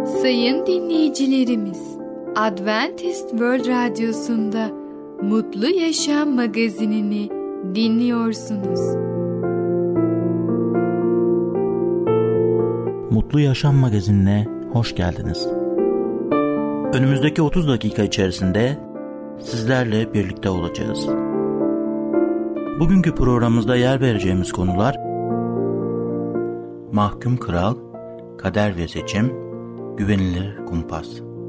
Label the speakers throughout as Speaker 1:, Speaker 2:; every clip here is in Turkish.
Speaker 1: Sayın dinleyicilerimiz, Adventist World Radyosu'nda Mutlu Yaşam magazinini dinliyorsunuz.
Speaker 2: Mutlu Yaşam magazinine hoş geldiniz. Önümüzdeki 30 dakika içerisinde sizlerle birlikte olacağız. Bugünkü programımızda yer vereceğimiz konular: Mahkum Kral, Kader ve Seçim, Güvenilir Kumpas.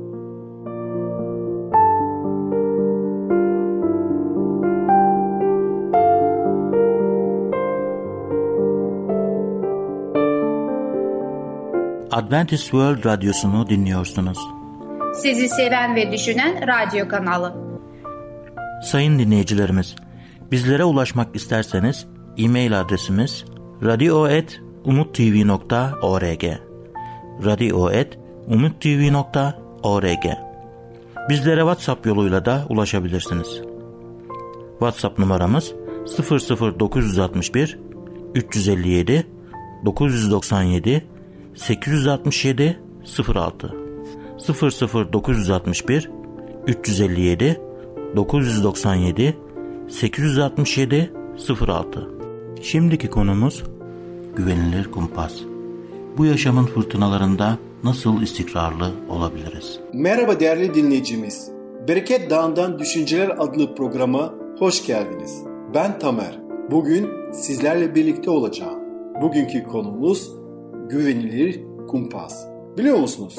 Speaker 2: Adventist World Radyosu'nu dinliyorsunuz.
Speaker 3: Sizi seven ve düşünen radyo kanalı.
Speaker 2: Sayın dinleyicilerimiz, bizlere ulaşmak isterseniz e-mail adresimiz radio@umuttv.org radio@umuttv.org. Bizlere WhatsApp yoluyla da ulaşabilirsiniz. WhatsApp numaramız 00961 357 997 867 06 00961 357 997 867 06. Şimdiki konumuz güvenilir kumpas. Bu yaşamın fırtınalarında nasıl istikrarlı olabiliriz?
Speaker 4: Merhaba değerli dinleyicimiz. Bereket Dağı'ndan Düşünceler adlı programa hoş geldiniz. Ben Tamer. Bugün sizlerle birlikte olacağım. Bugünkü konumuz güvenilir kumpas. Biliyor musunuz?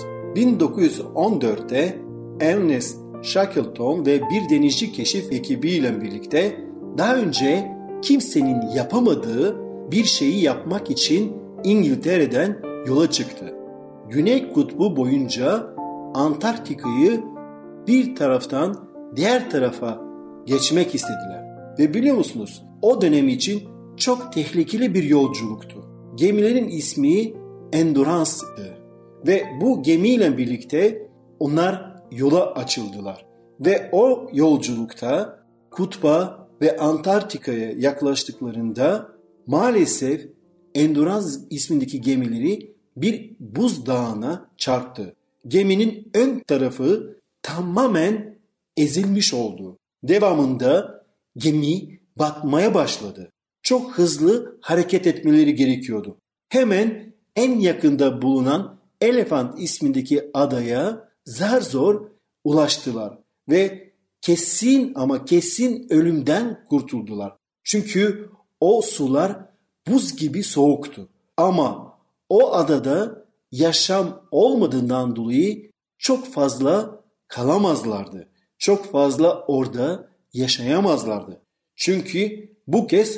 Speaker 4: 1914'te Ernest Shackleton ve bir denizci keşif ekibiyle birlikte daha önce kimsenin yapamadığı bir şeyi yapmak için İngiltere'den yola çıktı. Güney Kutbu boyunca Antarktika'yı bir taraftan diğer tarafa geçmek istediler. Ve biliyor musunuz? O dönem için çok tehlikeli bir yolculuktu. Gemilerin ismi Endurance'dı. Ve bu gemiyle birlikte onlar yola açıldılar. Ve o yolculukta Kutba ve Antarktika'ya yaklaştıklarında maalesef Endurance ismindeki gemileri bir buzdağına çarptı. Geminin ön tarafı tamamen ezilmiş oldu. Devamında gemi batmaya başladı. Çok hızlı hareket etmeleri gerekiyordu. Hemen en yakında bulunan Elephant ismindeki adaya zar zor ulaştılar ve kesin ama kesin ölümden kurtuldular. Çünkü o sular buz gibi soğuktu. Ama o adada yaşam olmadığından dolayı çok fazla kalamazlardı. Çok fazla orada yaşayamazlardı. Çünkü bu kez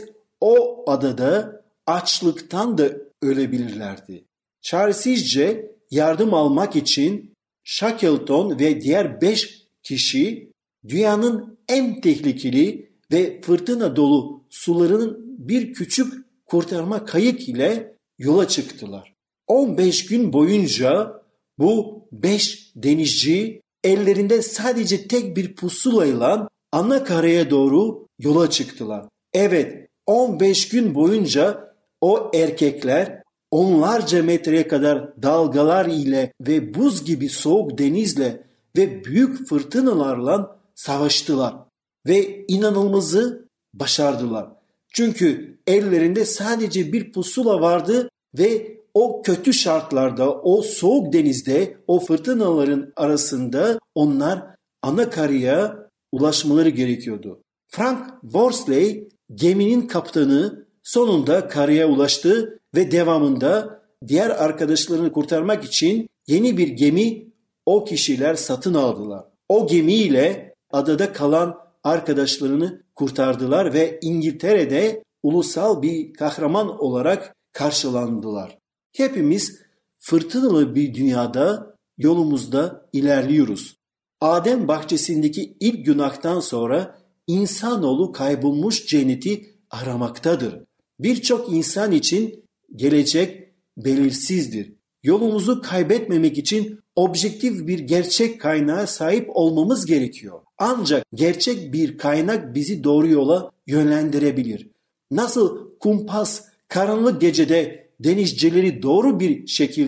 Speaker 4: o adada açlıktan da ölebilirlerdi. Çaresizce yardım almak için Shackleton ve diğer 5 kişi dünyanın en tehlikeli ve fırtına dolu sularının bir küçük kurtarma kayık ile yola çıktılar. 15 gün boyunca bu 5 denizci ellerinde sadece tek bir pusulayla ana karaya doğru yola çıktılar. Evet, 15 gün boyunca o erkekler onlarca metreye kadar dalgalar ile ve buz gibi soğuk denizle ve büyük fırtınalarla savaştılar ve inanılmazı başardılar. Çünkü ellerinde sadece bir pusula vardı ve o kötü şartlarda, o soğuk denizde, o fırtınaların arasında onlar ana karaya ulaşmaları gerekiyordu. Frank Worsley geminin kaptanı sonunda karaya ulaştı ve devamında diğer arkadaşlarını kurtarmak için yeni bir gemi o kişiler satın aldılar. O gemiyle adada kalan arkadaşlarını kurtardılar ve İngiltere'de ulusal bir kahraman olarak karşılandılar. Hepimiz fırtınalı bir dünyada yolumuzda ilerliyoruz. Adem bahçesindeki ilk günahtan sonra insanoğlu kaybolmuş cenneti aramaktadır. Birçok insan için gelecek belirsizdir. Yolumuzu kaybetmemek için objektif bir gerçek kaynağa sahip olmamız gerekiyor. Ancak gerçek bir kaynak bizi doğru yola yönlendirebilir. Nasıl kumpas karanlık gecede denizcileri doğru bir şekilde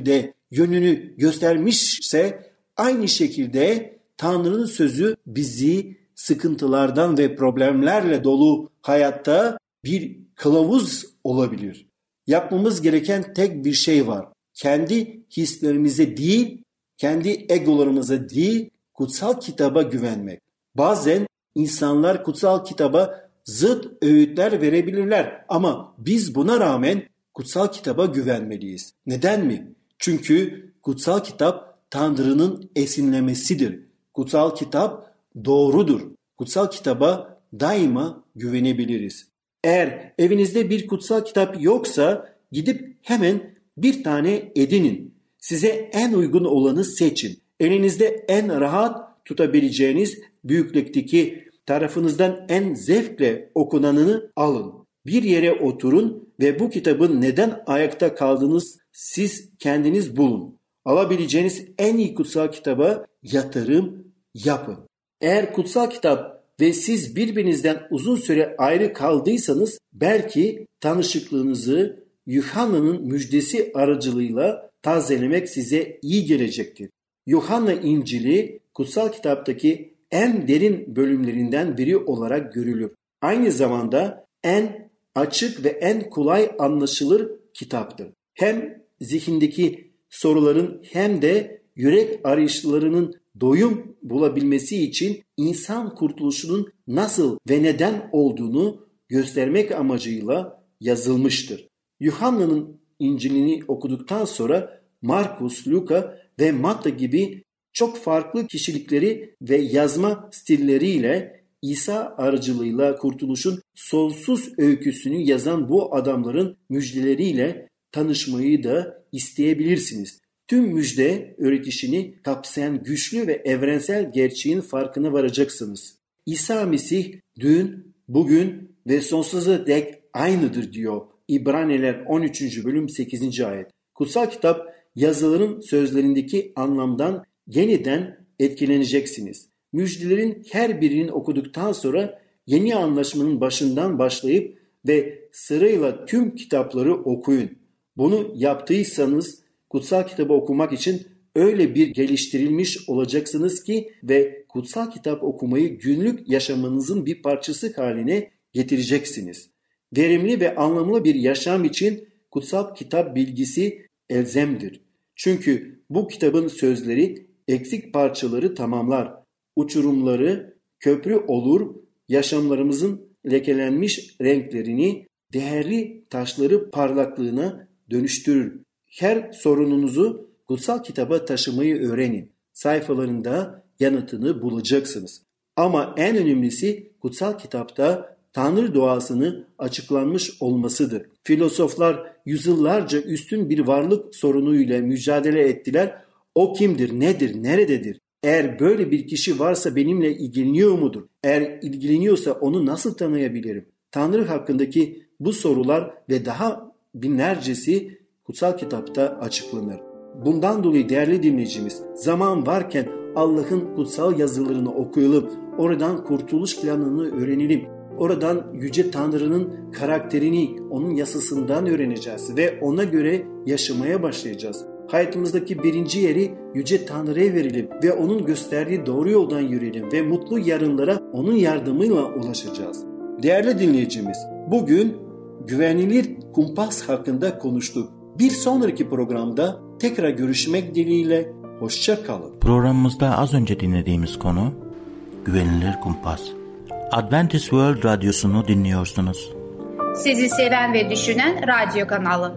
Speaker 4: yönünü göstermişse aynı şekilde Tanrı'nın sözü bizi sıkıntılardan ve problemlerle dolu hayatta bir kılavuz olabilir. Yapmamız gereken tek bir şey var. Kendi hislerimize değil, kendi egolarımıza değil, kutsal kitaba güvenmek. Bazen insanlar kutsal kitaba zıt öğütler verebilirler ama biz buna rağmen kutsal kitaba güvenmeliyiz. Neden mi? Çünkü kutsal kitap Tanrı'nın esinlemesidir. Kutsal kitap doğrudur. Kutsal kitaba daima güvenebiliriz. Eğer evinizde bir kutsal kitap yoksa gidip hemen bir tane edinin. Size en uygun olanı seçin. Elinizde en rahat tutabileceğiniz büyüklükteki, tarafınızdan en zevkle okunanını alın. Bir yere oturun ve bu kitabın neden ayakta kaldığınız siz kendiniz bulun. Alabileceğiniz en iyi kutsal kitaba yatırım yapın. Eğer kutsal kitap ve siz birbirinizden uzun süre ayrı kaldıysanız belki tanışıklığınızı Yuhanna'nın müjdesi aracılığıyla tazelemek size iyi gelecektir. Yuhanna İncil'i kutsal kitaptaki en derin bölümlerinden biri olarak görülür. Aynı zamanda en açık ve en kolay anlaşılır kitaptır. Hem zihindeki soruların hem de yürek arayışlarının doyum bulabilmesi için insan kurtuluşunun nasıl ve neden olduğunu göstermek amacıyla yazılmıştır. Yuhanna'nın İncil'ini okuduktan sonra Markus, Luka ve Matta gibi çok farklı kişilikleri ve yazma stilleriyle İsa aracılığıyla kurtuluşun sonsuz öyküsünü yazan bu adamların müjdeleriyle tanışmayı da isteyebilirsiniz. Tüm müjde öğretişini kapsayan güçlü ve evrensel gerçeğin farkına varacaksınız. İsa Mesih dün, bugün ve sonsuza dek aynıdır diyor İbraniler 13. bölüm 8. ayet. Kutsal kitap yazıların sözlerindeki anlamdan yeniden etkileneceksiniz. Müjdelerin her birini okuduktan sonra yeni anlaşmanın başından başlayıp ve sırayla tüm kitapları okuyun. Bunu yaptıysanız kutsal kitabı okumak için öyle bir geliştirilmiş olacaksınız ki ve kutsal kitap okumayı günlük yaşamınızın bir parçası haline getireceksiniz. Verimli ve anlamlı bir yaşam için kutsal kitap bilgisi elzemdir. Çünkü bu kitabın sözleri eksik parçaları tamamlar, uçurumları köprü olur, yaşamlarımızın lekelenmiş renklerini değerli taşları parlaklığına dönüştürür. Her sorununuzu kutsal kitaba taşımayı öğrenin. Sayfalarında yanıtını bulacaksınız. Ama en önemlisi kutsal kitapta Tanrı doğasını açıklanmış olmasıdır. Filozoflar yüzyıllarca üstün bir varlık sorunuyla mücadele ettiler. O kimdir, nedir, nerededir? Eğer böyle bir kişi varsa benimle ilgileniyor mudur? Eğer ilgileniyorsa onu nasıl tanıyabilirim? Tanrı hakkındaki bu sorular ve daha binlercesi kutsal kitapta açıklanır. Bundan dolayı değerli dinleyicimiz, zaman varken Allah'ın kutsal yazılarını okuyalım, oradan kurtuluş planını öğrenelim. Oradan Yüce Tanrı'nın karakterini, onun yasasından öğreneceğiz ve ona göre yaşamaya başlayacağız. Hayatımızdaki birinci yeri Yüce Tanrı'ya verelim ve onun gösterdiği doğru yoldan yürüyelim ve mutlu yarınlara onun yardımıyla ulaşacağız. Değerli dinleyicimiz, bugün güvenilir kumpas hakkında konuştuk. Bir sonraki programda tekrar görüşmek dileğiyle, hoşça kalın.
Speaker 2: Programımızda az önce dinlediğimiz konu Güvenilir Kumpas. Adventist World Radyosu'nu dinliyorsunuz.
Speaker 3: Sizi seven ve düşünen radyo kanalı.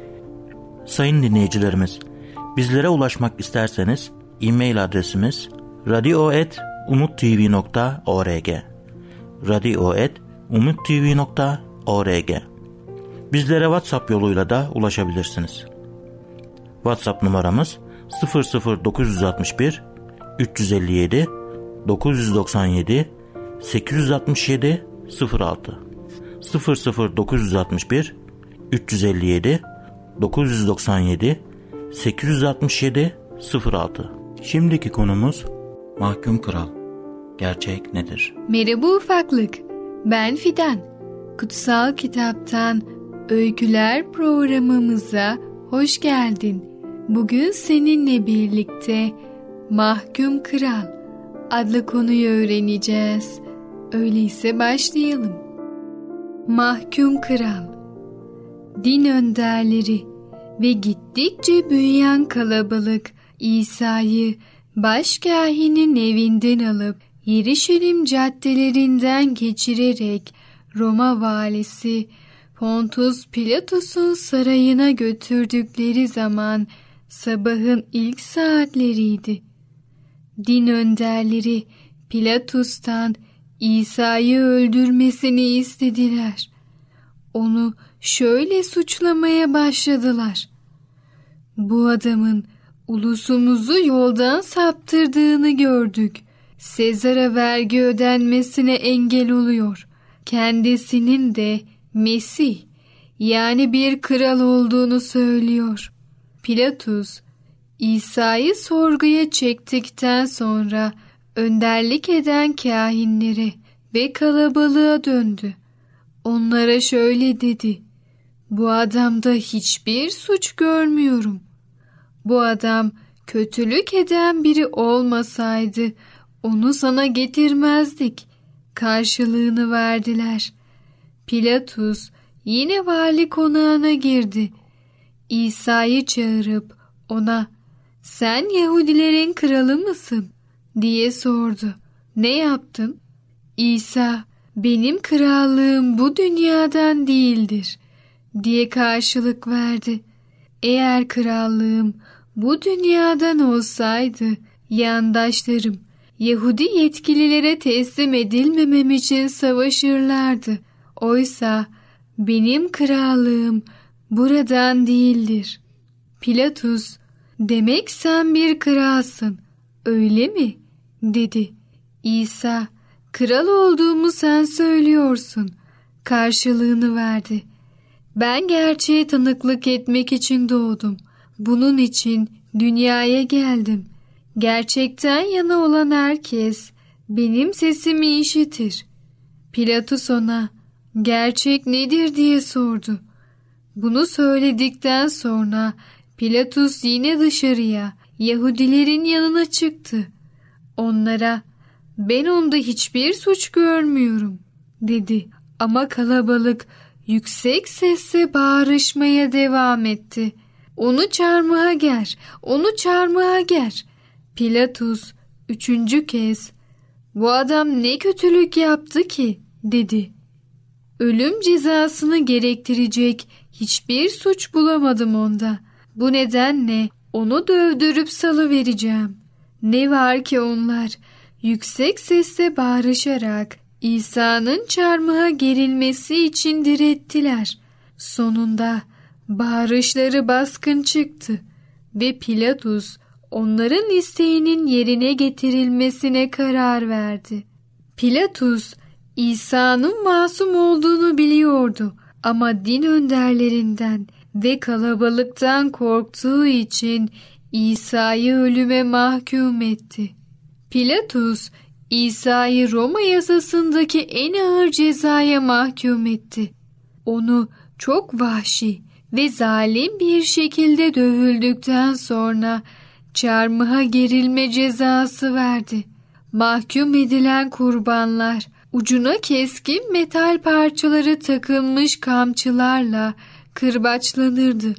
Speaker 2: Sayın dinleyicilerimiz, bizlere ulaşmak isterseniz e-mail adresimiz radio@umuttv.org radio@umuttv.org. Bizlere WhatsApp yoluyla da ulaşabilirsiniz. WhatsApp numaramız 00961 357 997 867 06 00961 357 997 867 06. Şimdiki konumuz Mahkum Kral. Gerçek nedir?
Speaker 1: Merhaba ufaklık. Ben Fidan. Kutsal Kitaptan Öyküler programımıza hoş geldin. Bugün seninle birlikte Mahkum Kral adlı konuyu öğreneceğiz. Öyleyse başlayalım. Mahkum Kral. Din önderleri ve gittikçe büyüyen kalabalık İsa'yı başkâhinin evinden alıp Yeruşalim caddelerinden geçirerek Roma valisi Pontus Pilatus'un sarayına götürdükleri zaman sabahın ilk saatleriydi. Din önderleri Pilatus'tan İsa'yı öldürmesini istediler. Onu şöyle suçlamaya başladılar. Bu adamın ulusumuzu yoldan saptırdığını gördük. Sezar'a vergi ödenmesine engel oluyor. Kendisinin de Mesih yani bir kral olduğunu söylüyor. Pilatus İsa'yı sorguya çektikten sonra önderlik eden kâhinlere ve kalabalığa döndü. Onlara şöyle dedi: Bu adamda hiçbir suç görmüyorum. Bu adam kötülük eden biri olmasaydı onu sana getirmezdik. Karşılığını verdiler. Pilatus yine vali konağına girdi. İsa'yı çağırıp ona "Sen Yahudilerin kralı mısın?" diye sordu. "Ne yaptın?" İsa "Benim krallığım bu dünyadan değildir" diye karşılık verdi. Eğer krallığım bu dünyadan olsaydı yandaşlarım Yahudi yetkililere teslim edilmemem için savaşırlardı. Oysa benim krallığım buradan değildir. Pilatus, "Demek sen bir kralsın, öyle mi?" dedi. İsa, "Kral olduğumu sen söylüyorsun." karşılığını verdi. "Ben gerçeğe tanıklık etmek için doğdum. Bunun için dünyaya geldim. Gerçekten yana olan herkes benim sesimi işitir." Pilatus ona, "Gerçek nedir?" diye sordu. Bunu söyledikten sonra Pilatus yine dışarıya, Yahudilerin yanına çıktı. Onlara, "Ben onda hiçbir suç görmüyorum," dedi. Ama kalabalık yüksek sesle bağırışmaya devam etti. "Onu çarmıha ger, onu çarmıha ger." Pilatus 3. kez, "Bu adam ne kötülük yaptı ki?" dedi. "Ölüm cezasını gerektirecek hiçbir suç bulamadım onda. Bu nedenle onu dövdürüp salıvereceğim." Ne var ki onlar yüksek sesle bağırışarak İsa'nın çarmıha gerilmesi için direttiler. Sonunda bağırışları baskın çıktı ve Pilatus onların isteğinin yerine getirilmesine karar verdi. Pilatus İsa'nın masum olduğunu biliyordu ama din önderlerinden ve kalabalıktan korktuğu için İsa'yı ölüme mahkum etti. Pilatus İsa'yı Roma yasasındaki en ağır cezaya mahkum etti. Onu çok vahşi ve zalim bir şekilde dövüldükten sonra çarmıha gerilme cezası verdi. Mahkum edilen kurbanlar ucuna keskin metal parçaları takılmış kamçılarla kırbaçlanırdı.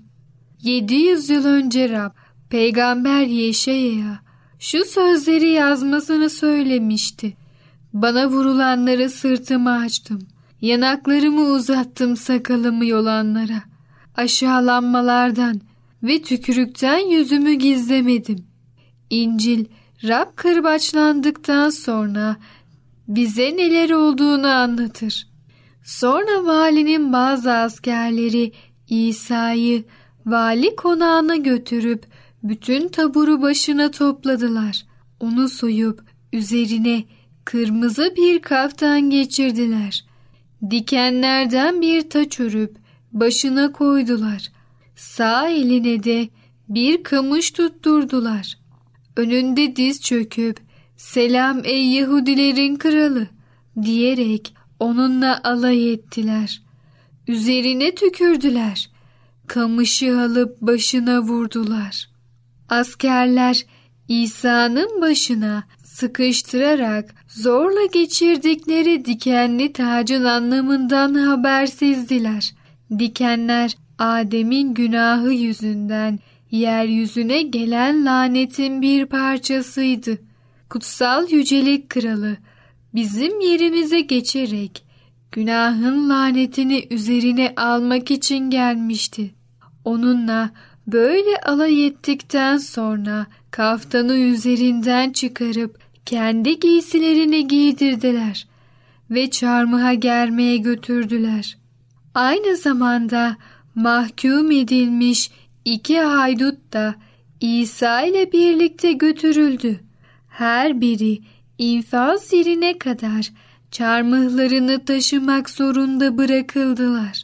Speaker 1: 700 yıl önce Rab, Peygamber Yeşaya'ya şu sözleri yazmasını söylemişti. "Bana vurulanlara sırtımı açtım, yanaklarımı uzattım sakalımı yolanlara. Aşağılanmalardan ve tükürükten yüzümü gizlemedim." İncil, Rab kırbaçlandıktan sonra bize neler olduğunu anlatır. Sonra valinin bazı askerleri İsa'yı vali konağına götürüp bütün taburu başına topladılar. Onu soyup üzerine kırmızı bir kaftan geçirdiler. Dikenlerden bir taç örüp başına koydular. Sağ eline de bir kamış tutturdular. Önünde diz çöküp "Selam ey Yahudilerin kralı" diyerek onunla alay ettiler. Üzerine tükürdüler. Kamışı alıp başına vurdular. Askerler İsa'nın başına sıkıştırarak zorla geçirdikleri dikenli tacın anlamından habersizdiler. Dikenler Adem'in günahı yüzünden yeryüzüne gelen lanetin bir parçasıydı. Kutsal Yücelik Kralı bizim yerimize geçerek günahın lanetini üzerine almak için gelmişti. Onunla böyle alay ettikten sonra kaftanı üzerinden çıkarıp kendi giysilerini giydirdiler ve çarmıha germeye götürdüler. Aynı zamanda mahkum edilmiş 2 haydut da İsa ile birlikte götürüldü. Her biri infaz yerine kadar çarmıhlarını taşımak zorunda bırakıldılar.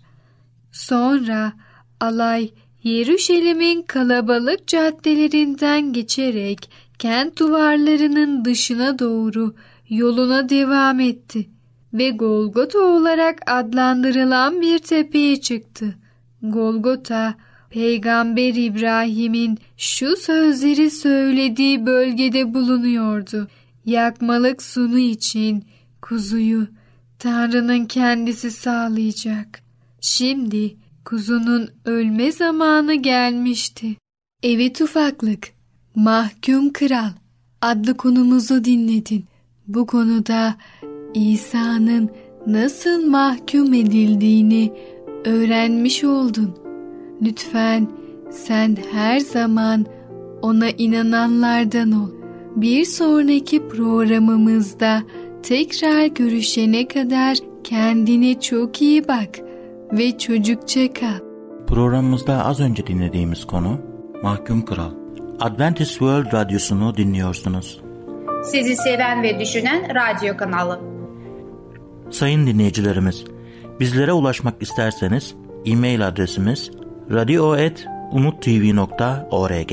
Speaker 1: Sonra alay Yeruşalim'in kalabalık caddelerinden geçerek kent duvarlarının dışına doğru yoluna devam etti ve Golgota olarak adlandırılan bir tepeye çıktı. Golgota, Peygamber İbrahim'in şu sözleri söylediği bölgede bulunuyordu. Yakmalık sunu için kuzuyu Tanrı'nın kendisi sağlayacak. Şimdi kuzunun ölme zamanı gelmişti. Evet ufaklık, Mahkum Kral adlı konumuzu dinledin. Bu konuda İsa'nın nasıl mahkum edildiğini öğrenmiş oldun. Lütfen sen her zaman ona inananlardan ol. Bir sonraki programımızda tekrar görüşene kadar kendine çok iyi bak ve çocukça kal.
Speaker 2: Programımızda az önce dinlediğimiz konu Mahkum Kral. Adventist World Radyosu'nu dinliyorsunuz.
Speaker 3: Sizi seven ve düşünen radyo kanalı.
Speaker 2: Sayın dinleyicilerimiz, bizlere ulaşmak isterseniz e-mail adresimiz radio@umuttv.org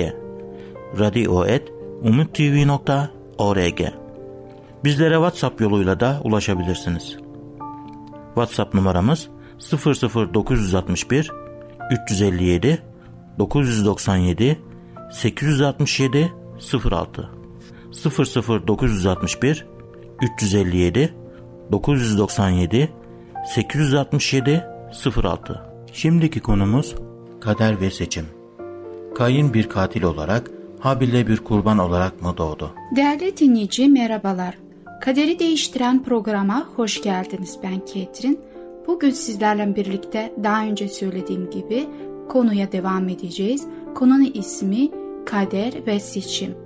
Speaker 2: radio@umuttv.org. Bizlere WhatsApp yoluyla da ulaşabilirsiniz. WhatsApp numaramız 00961 357 997 867 06 00961 357 997 867 06. Şimdiki konumuz kader ve seçim. Kain bir katil olarak, Habil'le bir kurban olarak mı doğdu?
Speaker 5: Değerli dinleyici merhabalar. Kaderi değiştiren programa hoş geldiniz. Ben Ketrin. Bugün sizlerle birlikte daha önce söylediğim gibi konuya devam edeceğiz. Konunun ismi kader ve seçim.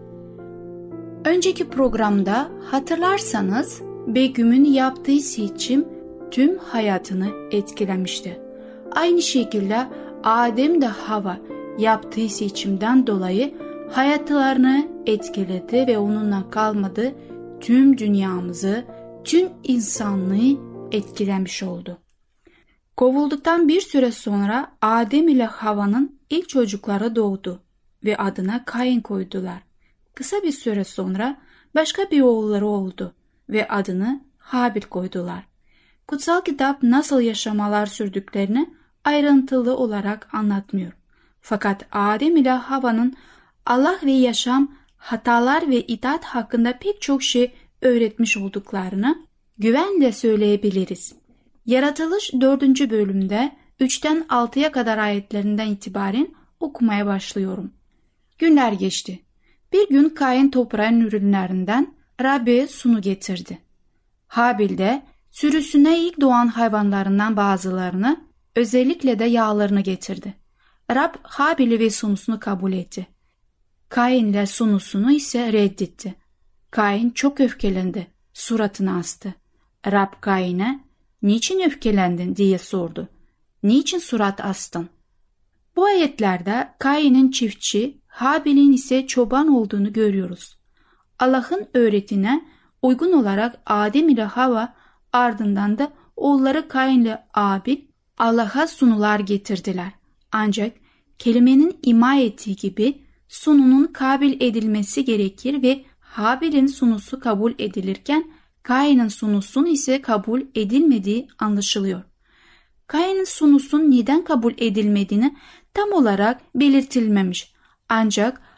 Speaker 5: Önceki programda hatırlarsanız Begüm'ün yaptığı seçim tüm hayatını etkilemişti. Aynı şekilde Adem de Hava yaptığı seçimden dolayı hayatlarını etkiledi ve onunla kalmadı, tüm dünyamızı, tüm insanlığı etkilemiş oldu. Kovulduktan bir süre sonra Adem ile Hava'nın ilk çocukları doğdu ve adına Kain koydular. Kısa bir süre sonra başka bir oğulları oldu ve adını Habil koydular. Kutsal kitap nasıl yaşamalar sürdüklerini ayrıntılı olarak anlatmıyor. Fakat Adem ile Hava'nın Allah ve yaşam, hatalar ve itaat hakkında pek çok şey öğretmiş olduklarını güvenle söyleyebiliriz. Yaratılış 4. bölümde 3'ten 6'ya kadar ayetlerinden itibaren okumaya başlıyorum. Günler geçti. Bir gün Kain toprağın ürünlerinden Rab'be sunu getirdi. Habil de sürüsüne ilk doğan hayvanlarından bazılarını, özellikle de yağlarını getirdi. Rab Habil'i ve sunusunu kabul etti. Kain ile sunusunu ise reddetti. Kain çok öfkelendi, suratını astı. Rab Kain'e "Niçin öfkelendin?" diye sordu. "Niçin surat astın?" Bu ayetlerde Kain'in çiftçi, Habil'in ise çoban olduğunu görüyoruz. Allah'ın öğretine uygun olarak Adem ile Hava, ardından da oğulları Kain ile Abil Allah'a sunular getirdiler. Ancak kelimenin ima ettiği gibi sununun kabul edilmesi gerekir ve Habil'in sunusu kabul edilirken Kain'in sunusunun ise kabul edilmediği anlaşılıyor. Kain'in sunusunun neden kabul edilmediğini tam olarak belirtilmemiş. Ancak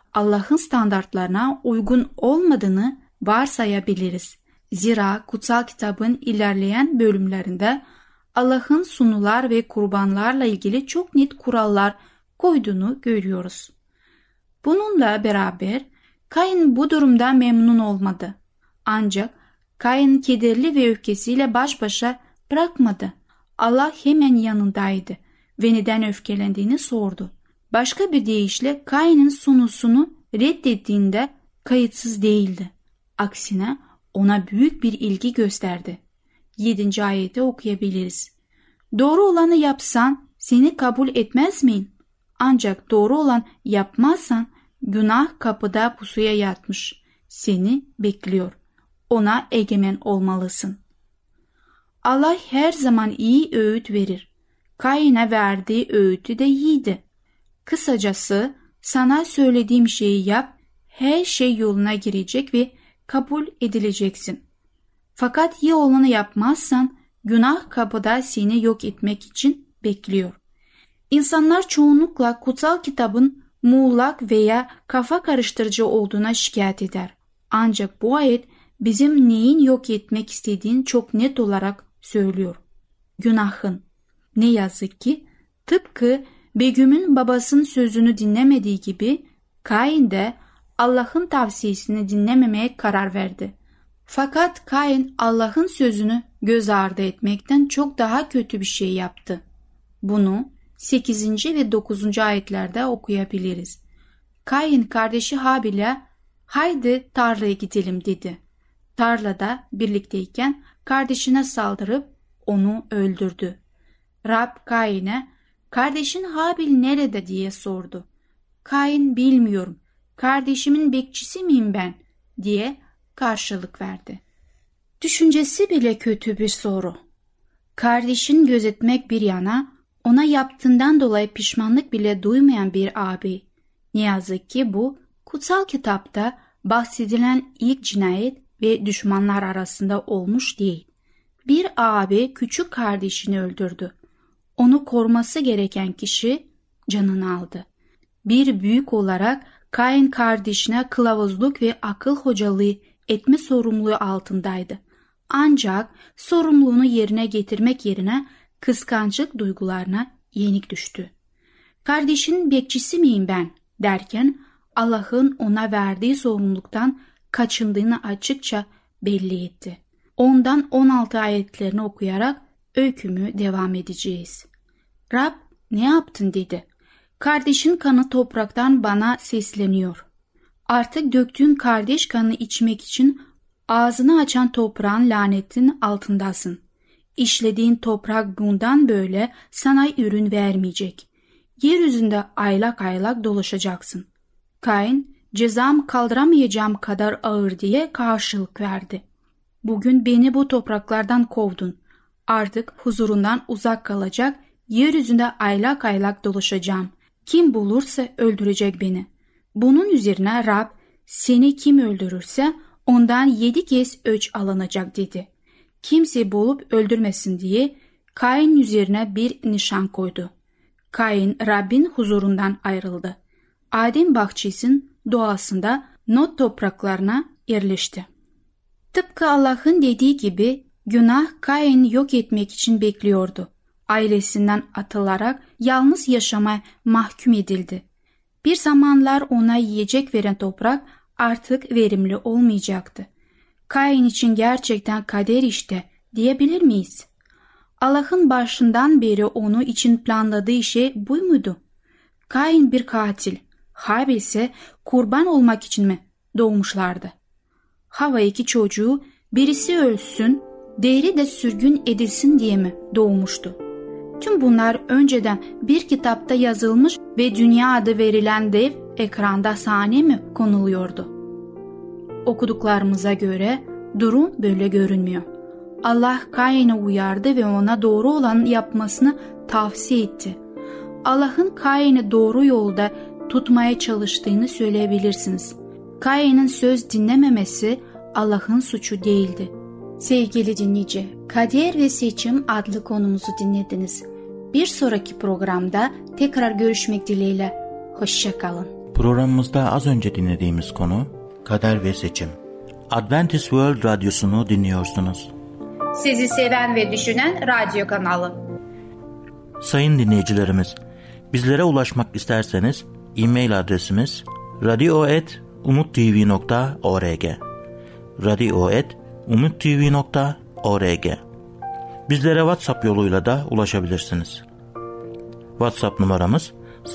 Speaker 5: Allah'ın standartlarına uygun olmadığını varsayabiliriz. Zira kutsal kitabın ilerleyen bölümlerinde Allah'ın sunular ve kurbanlarla ilgili çok net kurallar koyduğunu görüyoruz. Bununla beraber Kain bu durumdan memnun olmadı. Ancak Kain kederli ve öfkesiyle baş başa bırakmadı. Allah hemen yanındaydı ve neden öfkelendiğini sordu. Başka bir deyişle Kain'in sunusunu reddettiğinde kayıtsız değildi. Aksine ona büyük bir ilgi gösterdi. 7. ayeti okuyabiliriz. Doğru olanı yapsan seni kabul etmez miyim? Ancak doğru olan yapmazsan günah kapıda pusuya yatmış. Seni bekliyor. Ona egemen olmalısın. Allah her zaman iyi öğüt verir. Kain'e verdiği öğütü de iyiydi. Kısacası sana söylediğim şeyi yap, her şey yoluna girecek ve kabul edileceksin. Fakat iyi olanı yapmazsan günah kapıda seni yok etmek için bekliyor. İnsanlar çoğunlukla kutsal kitabın muğlak veya kafa karıştırıcı olduğuna şikayet eder. Ancak bu ayet bizim neyin yok etmek istediğini çok net olarak söylüyor. Günahın. Ne yazık ki tıpkı Begüm'ün babasının sözünü dinlemediği gibi Kain de Allah'ın tavsiyesini dinlememeye karar verdi. Fakat Kain Allah'ın sözünü göz ardı etmekten çok daha kötü bir şey yaptı. Bunu 8. ve 9. ayetlerde okuyabiliriz. Kain kardeşi Habil'e "Haydi tarlaya gidelim" dedi. Tarlada birlikteyken kardeşine saldırıp onu öldürdü. Rab Kain'e "Kardeşin Habil nerede?" diye sordu. Kain "Bilmiyorum, kardeşimin bekçisi miyim ben?" diye karşılık verdi. Düşüncesi bile kötü bir soru. Kardeşin gözetmek bir yana, ona yaptığından dolayı pişmanlık bile duymayan bir abi. Ne yazık ki bu kutsal kitapta bahsedilen ilk cinayet ve düşmanlar arasında olmuş değil. Bir abi küçük kardeşini öldürdü. Onu koruması gereken kişi canını aldı. Bir büyük olarak Kain kardeşine kılavuzluk ve akıl hocalığı etme sorumluluğu altındaydı. Ancak sorumluluğunu yerine getirmek yerine kıskançlık duygularına yenik düştü. "Kardeşinin bekçisi miyim ben?" derken Allah'ın ona verdiği sorumluluktan kaçındığını açıkça belli etti. Ondan 16 ayetlerini okuyarak öykümü devam edeceğiz. Rab "Ne yaptın?" dedi. "Kardeşin kanı topraktan bana sesleniyor. Artık döktüğün kardeş kanını içmek için ağzını açan toprağın lanetin altındasın. İşlediğin toprak bundan böyle sana ürün vermeyecek. Yeryüzünde aylak aylak dolaşacaksın." Kain, "Cezam kaldıramayacağım kadar ağır" diye karşılık verdi. "Bugün beni bu topraklardan kovdun. Artık huzurundan uzak kalacak, yeryüzünde aylak aylak dolaşacağım. Kim bulursa öldürecek beni." Bunun üzerine Rab, "Seni kim öldürürse ondan 7 kez öç alınacak" dedi. Kimse bulup öldürmesin diye Kain üzerine bir nişan koydu. Kain Rabbin huzurundan ayrıldı. Adem bahçesinin doğasında Nod topraklarına yerleşti. Tıpkı Allah'ın dediği gibi günah Kain'i yok etmek için bekliyordu. Ailesinden atılarak yalnız yaşamaya mahkum edildi. Bir zamanlar ona yiyecek veren toprak artık verimli olmayacaktı. Kain için gerçekten kader işte diyebilir miyiz? Allah'ın başından beri onu için planladığı şey bu muydu? Kain bir katil, Habil ise kurban olmak için mi doğmuşlardı? Hava iki çocuğu birisi ölsün, diğeri de sürgün edilsin diye mi doğmuştu? Tüm bunlar önceden bir kitapta yazılmış ve dünya adı verilen dev ekranda sahne mi konuluyordu? Okuduklarımıza göre durum böyle görünmüyor. Allah Kain'i uyardı ve ona doğru olanı yapmasını tavsiye etti. Allah'ın Kain'i doğru yolda tutmaya çalıştığını söyleyebilirsiniz. Kain'in söz dinlememesi Allah'ın suçu değildi. Sevgili dinleyici, Kader ve Seçim adlı konumuzu dinlediniz. Bir sonraki programda tekrar görüşmek dileğiyle. Hoşça kalın.
Speaker 2: Programımızda az önce dinlediğimiz konu kader ve seçim. Adventist World Radyosu'nu dinliyorsunuz.
Speaker 3: Sizi seven ve düşünen radyo kanalı.
Speaker 2: Sayın dinleyicilerimiz, bizlere ulaşmak isterseniz e-mail adresimiz radio@umuttv.org radio@umuttv.org. Bizlere WhatsApp yoluyla da ulaşabilirsiniz. WhatsApp numaramız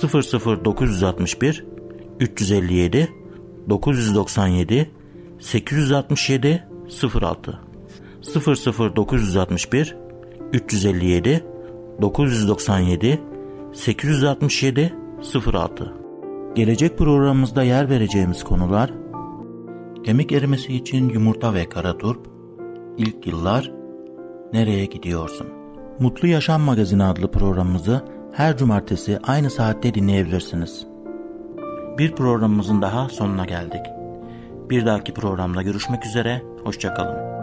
Speaker 2: 00961 357 997 867 06 00961 357 997 867 06. Gelecek programımızda yer vereceğimiz konular: kemik erimesi için yumurta ve karaturp, ilk yıllar, nereye gidiyorsun? Mutlu Yaşam Magazini adlı programımızı her cumartesi aynı saatte dinleyebilirsiniz. Bir programımızın daha sonuna geldik. Bir dahaki programda görüşmek üzere, hoşça kalın.